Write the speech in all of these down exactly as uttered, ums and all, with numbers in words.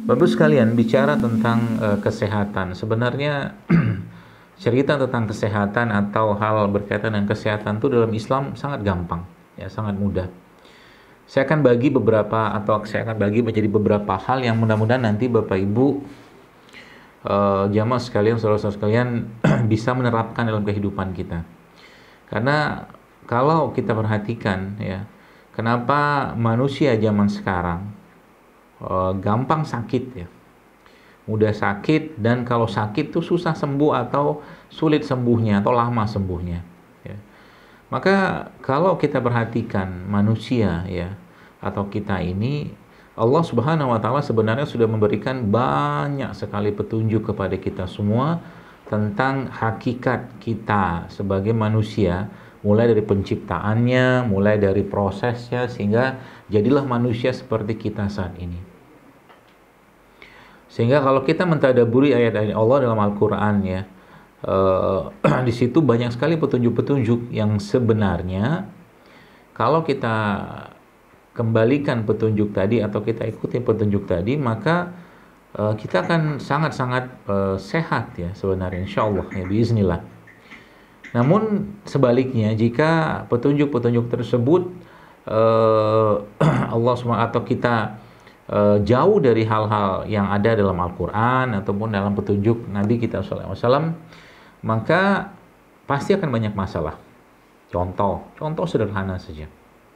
Bapak sekalian, bicara tentang eh, kesehatan, sebenarnya cerita tentang kesehatan atau hal berkaitan dengan kesehatan itu dalam Islam sangat gampang, ya sangat mudah. Saya akan bagi beberapa atau saya akan bagi menjadi beberapa hal yang mudah-mudahan nanti Bapak Ibu eh, jamaah sekalian, saudara-saudara sekalian bisa menerapkan dalam kehidupan kita. Karena kalau kita perhatikan ya, kenapa manusia zaman sekarang eh, gampang sakit ya, mudah sakit, dan kalau sakit tuh susah sembuh atau sulit sembuhnya atau lama sembuhnya ya. Maka kalau kita perhatikan manusia ya, atau kita ini, Allah Subhanahu wa taala sebenarnya sudah memberikan banyak sekali petunjuk kepada kita semua tentang hakikat kita sebagai manusia, mulai dari penciptaannya, mulai dari prosesnya sehingga jadilah manusia seperti kita saat ini. Sehingga kalau kita mentadaburi ayat-ayat Allah dalam Al-Qur'an ya, Uh, di situ banyak sekali petunjuk-petunjuk yang sebenarnya kalau kita kembalikan petunjuk tadi atau kita ikuti petunjuk tadi, maka uh, kita akan sangat-sangat uh, sehat ya sebenarnya, insya Allah ya, biiznillah. Namun sebaliknya, jika petunjuk-petunjuk tersebut uh, Allah subhanahu wa taala atau kita uh, jauh dari hal-hal yang ada dalam Al-Quran ataupun dalam petunjuk Nabi kita shallallahu alaihi wasallam, maka pasti akan banyak masalah. Contoh, contoh sederhana saja.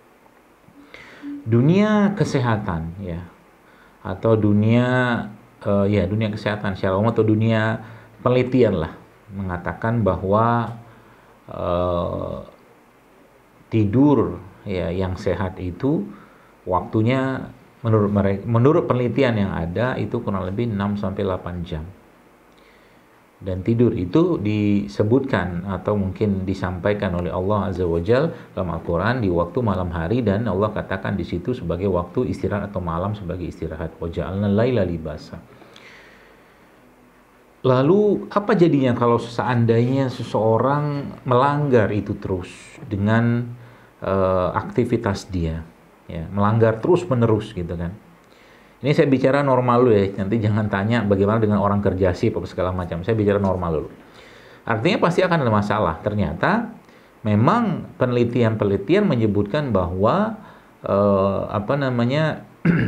Dunia kesehatan ya, atau dunia uh, ya dunia kesehatan secara umum atau dunia penelitian lah, mengatakan bahwa uh, tidur ya yang sehat itu waktunya menurut mereka, menurut penelitian yang ada itu kurang lebih enam sampai delapan jam. Dan tidur itu disebutkan atau mungkin disampaikan oleh Allah Azza wa Jalla dalam Al-Quran di waktu malam hari, dan Allah katakan di situ sebagai waktu istirahat atau malam sebagai istirahat. Wa ja'alna laila libasa. Lalu apa jadinya kalau seandainya seseorang melanggar itu terus dengan uh, aktivitas dia, ya, melanggar terus menerus gitu kan? Ini saya bicara normal dulu ya, nanti jangan tanya bagaimana dengan orang kerja sih atau segala macam. Saya bicara normal dulu. Artinya pasti akan ada masalah. Ternyata memang penelitian-penelitian menyebutkan bahwa eh, apa namanya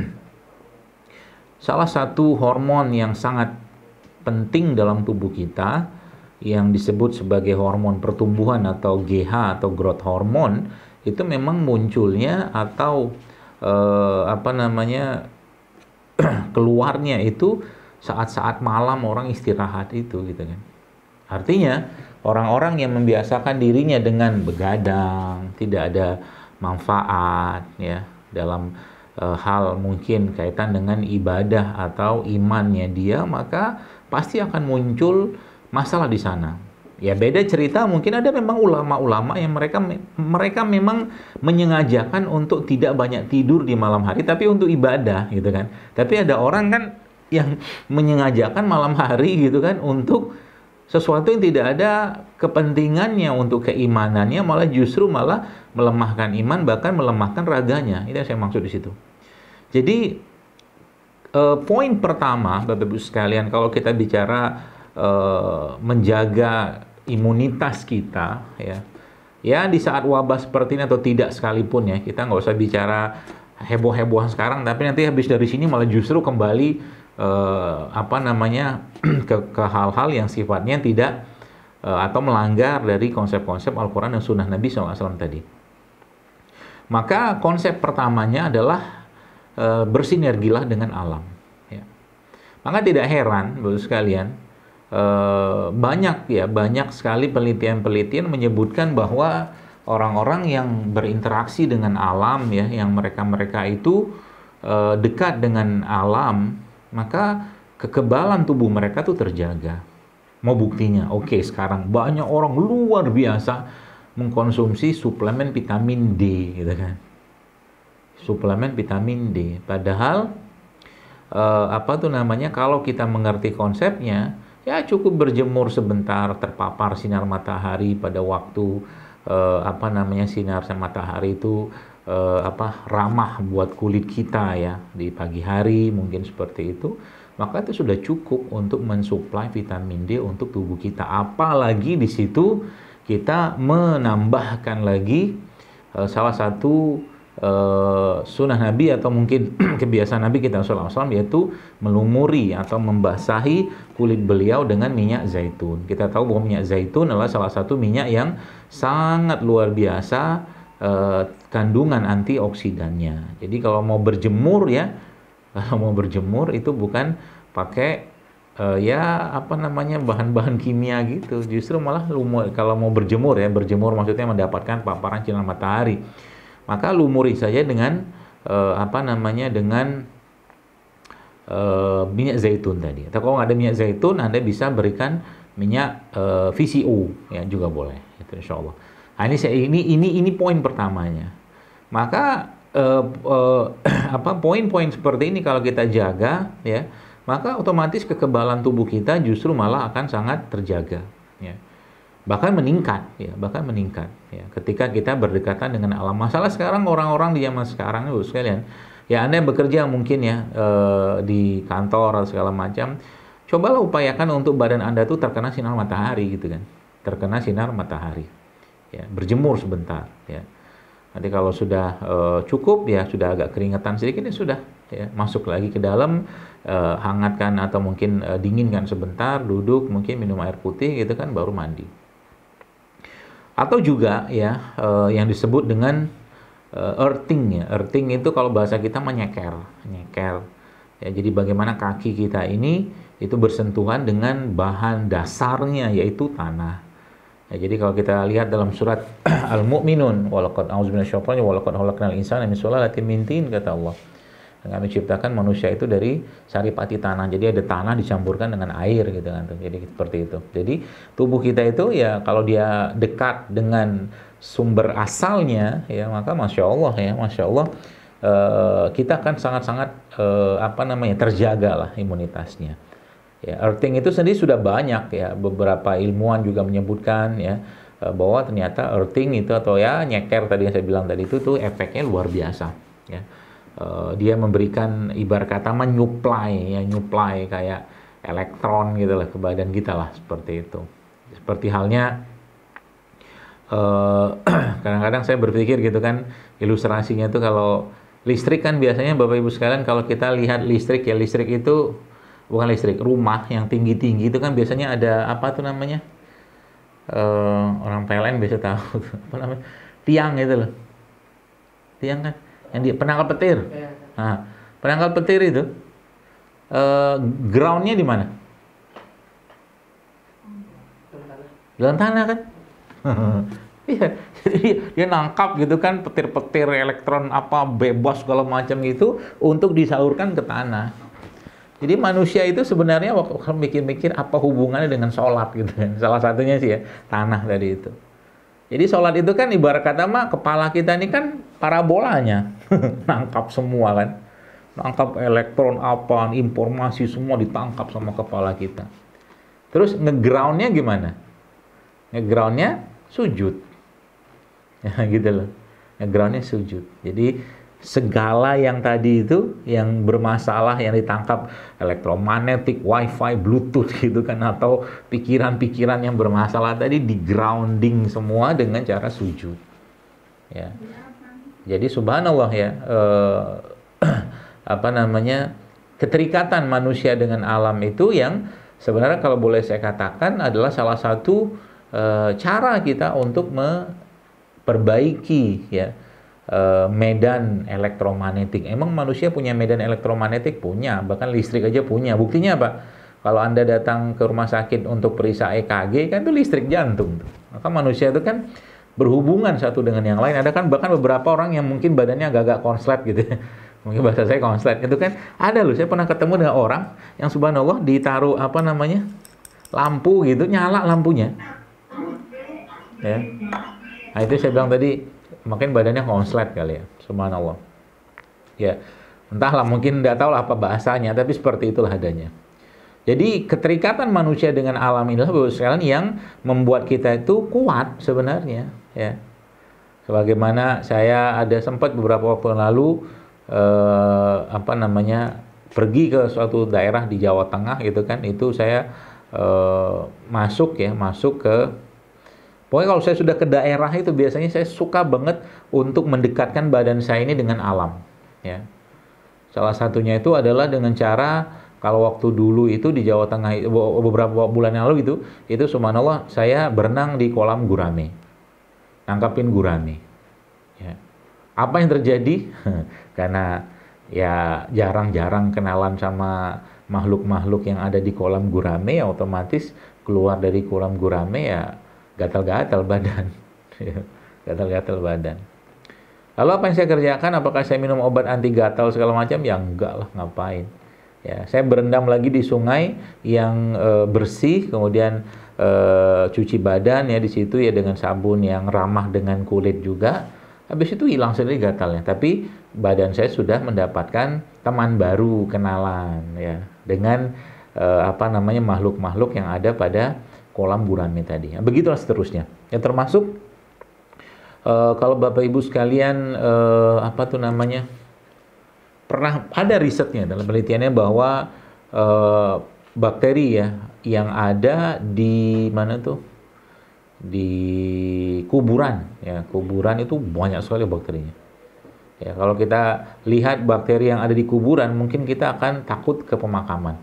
salah satu hormon yang sangat penting dalam tubuh kita yang disebut sebagai hormon pertumbuhan atau G H atau growth hormone itu memang munculnya atau eh, apa namanya keluarnya itu saat-saat malam orang istirahat itu gitu kan. Artinya orang-orang yang membiasakan dirinya dengan begadang, tidak ada manfaat ya dalam e, hal mungkin kaitan dengan ibadah atau imannya dia, maka pasti akan muncul masalah di sana. Ya beda cerita mungkin ada memang ulama-ulama yang mereka mereka memang menyengajakan untuk tidak banyak tidur di malam hari tapi untuk ibadah gitu kan. Tapi ada orang kan yang menyengajakan malam hari gitu kan untuk sesuatu yang tidak ada kepentingannya untuk keimanannya, malah justru malah melemahkan iman, bahkan melemahkan raganya. Itu yang saya maksud di situ. Jadi eh, poin pertama Bapak Ibu sekalian, kalau kita bicara eh, menjaga imunitas kita ya, ya di saat wabah seperti ini atau tidak sekalipun ya, kita nggak usah bicara heboh-hebohan sekarang, tapi nanti habis dari sini malah justru kembali eh, apa namanya ke, ke hal-hal yang sifatnya tidak eh, atau melanggar dari konsep-konsep Al-Quran dan Sunnah Nabi shallallahu alaihi wasallam tadi. Maka konsep pertamanya adalah eh, bersinergilah dengan alam ya. Maka tidak heran Bapak sekalian, Uh, banyak ya banyak sekali penelitian-penelitian menyebutkan bahwa orang-orang yang berinteraksi dengan alam ya, yang mereka-mereka itu uh, dekat dengan alam, maka kekebalan tubuh mereka tuh terjaga. Mau buktinya? Oke, sekarang banyak orang luar biasa mengkonsumsi suplemen vitamin D gitu kan. Suplemen vitamin D. Padahal uh, apa tuh namanya, kalau kita mengerti konsepnya, ya cukup berjemur sebentar, terpapar sinar matahari pada waktu eh, apa namanya sinar matahari itu uh, apa ramah buat kulit kita ya di pagi hari mungkin seperti itu, maka itu sudah cukup untuk mensuplai vitamin D untuk tubuh kita. Apalagi di situ kita menambahkan lagi uh, salah satu uh, sunnah Nabi atau mungkin kebiasaan Nabi kita sallallahu alaihi wasallam, yaitu melumuri atau membasahi kulit beliau dengan minyak zaitun. Kita tahu bahwa minyak zaitun adalah salah satu minyak yang sangat luar biasa uh, kandungan antioksidannya. Jadi kalau mau berjemur ya, kalau mau berjemur itu bukan pakai uh, ya apa namanya bahan-bahan kimia gitu. Justru malah lumur, kalau mau berjemur ya, berjemur maksudnya mendapatkan paparan sinar matahari. Maka lumuri saja dengan uh, apa namanya dengan uh, minyak zaitun tadi. Atau kalau nggak ada minyak zaitun, Anda bisa berikan minyak uh, V C O ya juga boleh. Itu insya Allah. Nah, ini saya ini ini ini poin pertamanya. Maka uh, uh, apa poin-poin seperti ini kalau kita jaga ya, maka otomatis kekebalan tubuh kita justru malah akan sangat terjaga ya. Bahkan meningkat ya, bahkan meningkat ya ketika kita berdekatan dengan alam. Masalah sekarang orang-orang di zaman sekarang itu sekalian, ya Anda yang bekerja mungkin ya eh, di kantor atau segala macam, cobalah upayakan untuk badan Anda tuh terkena sinar matahari gitu kan. Terkena sinar matahari. Ya, berjemur sebentar ya. Nanti kalau sudah uh, cukup ya, sudah agak keringetan sedikit ya sudah ya, masuk lagi ke dalam, uh, hangatkan atau mungkin uh, dinginkan sebentar, duduk mungkin minum air putih gitu kan, baru mandi. Atau juga ya uh, yang disebut dengan uh, earthing ya. Earthing itu kalau bahasa kita menyeker, nyeker. Ya, jadi bagaimana kaki kita ini itu bersentuhan dengan bahan dasarnya yaitu tanah. Ya, jadi kalau kita lihat dalam surat Al-Mu'minun, walaqad a'udzu minasyaitonir walaqad khalaqnal insana min sulalatin min tin, kata Allah. Kami ciptakan manusia itu dari saripati tanah. Jadi ada tanah dicampurkan dengan air gitu kan. Jadi seperti itu. Jadi tubuh kita itu ya kalau dia dekat dengan sumber asalnya ya, maka masya Allah ya, masya Allah eh, kita akan sangat-sangat eh, apa namanya terjaga lah imunitasnya. Ya, earthing itu sendiri sudah banyak ya, beberapa ilmuwan juga menyebutkan ya bahwa ternyata earthing itu atau ya nyeker tadi yang saya bilang tadi itu tuh efeknya luar biasa ya. Uh, dia memberikan ibarat kata menyuplai ya, nyuplai kayak elektron gitu lah ke badan kita lah, seperti itu. Seperti halnya uh, kadang-kadang saya berpikir gitu kan, ilustrasinya tuh kalau listrik kan biasanya Bapak Ibu sekalian kalau kita lihat listrik ya, listrik itu bukan listrik, rumah yang tinggi-tinggi itu kan biasanya ada apa tuh namanya, uh, orang P L N biasa tahu apa namanya, tiang gitu loh, tiang kan yang di penangkal petir. Nah, penangkal petir itu uh, groundnya di mana? Dalam tanah kan. Iya, jadi dia nangkap gitu kan petir-petir elektron apa bebas segala macam itu untuk disalurkan ke tanah. Jadi manusia itu sebenarnya waktu mikir-mikir apa hubungannya dengan sholat gitu kan. Salah satunya sih ya, tanah tadi itu. Jadi sholat itu kan ibarat kata mah kepala kita ini kan parabolanya. Nangkap semua kan. Nangkap elektron apa, informasi semua ditangkap sama kepala kita. Terus ngegroundnya gimana? Ngegroundnya sujud. Ya gitu loh. Ngegroundnya sujud. Jadi segala yang tadi itu yang bermasalah yang ditangkap elektromagnetik, wifi, bluetooth gitu kan, atau pikiran-pikiran yang bermasalah tadi di grounding semua dengan cara sujud ya. Jadi subhanallah ya eh, apa namanya keterikatan manusia dengan alam itu yang sebenarnya kalau boleh saya katakan adalah salah satu eh, cara kita untuk memperbaiki ya medan elektromagnetik. Emang manusia punya medan elektromagnetik? Punya, bahkan listrik aja punya. Buktinya apa? Kalau Anda datang ke rumah sakit untuk periksa E K G, kan itu listrik jantung. Maka manusia itu kan berhubungan satu dengan yang lain. Ada kan bahkan beberapa orang yang mungkin badannya agak-agak konslet gitu. Mungkin bahasa saya konslet. Itu kan ada loh, saya pernah ketemu dengan orang yang subhanallah ditaruh apa namanya lampu gitu, nyala lampunya. Ya. Nah itu saya bilang tadi, mungkin badannya konslet kali ya, subhanallah. Ya, entahlah, mungkin nggak tahu lah apa bahasanya, tapi seperti itulah adanya. Jadi keterikatan manusia dengan alam inilah Bapak sekalian yang membuat kita itu kuat sebenarnya. Ya, Sebagaimana saya ada sempat beberapa waktu lalu eh, apa namanya pergi ke suatu daerah di Jawa Tengah gitu kan, itu saya eh, masuk ya, masuk ke pokoknya kalau saya sudah ke daerah itu biasanya saya suka banget untuk mendekatkan badan saya ini dengan alam ya. Salah satunya itu adalah dengan cara kalau waktu dulu itu di Jawa Tengah beberapa bulan yang lalu itu itu subhanallah saya berenang di kolam gurame. Nangkapin gurame. Ya. Apa yang terjadi? Karena ya jarang-jarang kenalan sama makhluk-makhluk yang ada di kolam gurame, ya otomatis keluar dari kolam gurame ya gatal-gatal badan. Gatal-gatal badan. Lalu apa yang saya kerjakan? Apakah saya minum obat anti gatal segala macam? Ya enggak lah, ngapain. Ya, saya berendam lagi di sungai yang e, bersih, kemudian e, cuci badan ya di situ ya dengan sabun yang ramah dengan kulit juga. Habis itu hilang sendiri gatalnya. Tapi badan saya sudah mendapatkan teman baru, kenalan ya dengan e, apa namanya makhluk-makhluk yang ada pada kolam gurame tadi. Nah, begitulah seterusnya. Ya termasuk Uh, kalau Bapak Ibu sekalian uh, apa tuh namanya pernah ada risetnya dalam penelitiannya bahwa uh, bakteri ya yang ada di mana tuh di kuburan ya kuburan itu banyak sekali bakterinya ya. Kalau kita lihat bakteri yang ada di kuburan mungkin kita akan takut ke pemakaman.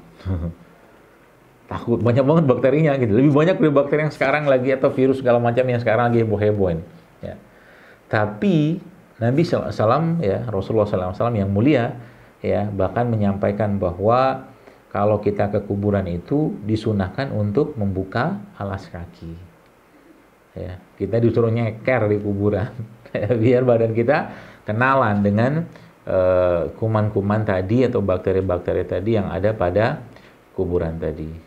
Takut banyak banget bakterinya gitu, lebih banyak dari bakteri yang sekarang lagi atau virus segala macam yang sekarang lagi heboh-hebohin ya. Tapi Nabi shallallahu alaihi wasallam ya, Rasulullah shallallahu alaihi wasallam yang mulia ya bahkan menyampaikan bahwa kalau kita ke kuburan itu disunahkan untuk membuka alas kaki. Ya, kita disuruh nyeker di kuburan biar badan kita kenalan dengan uh, kuman-kuman tadi atau bakteri-bakteri tadi yang ada pada kuburan tadi.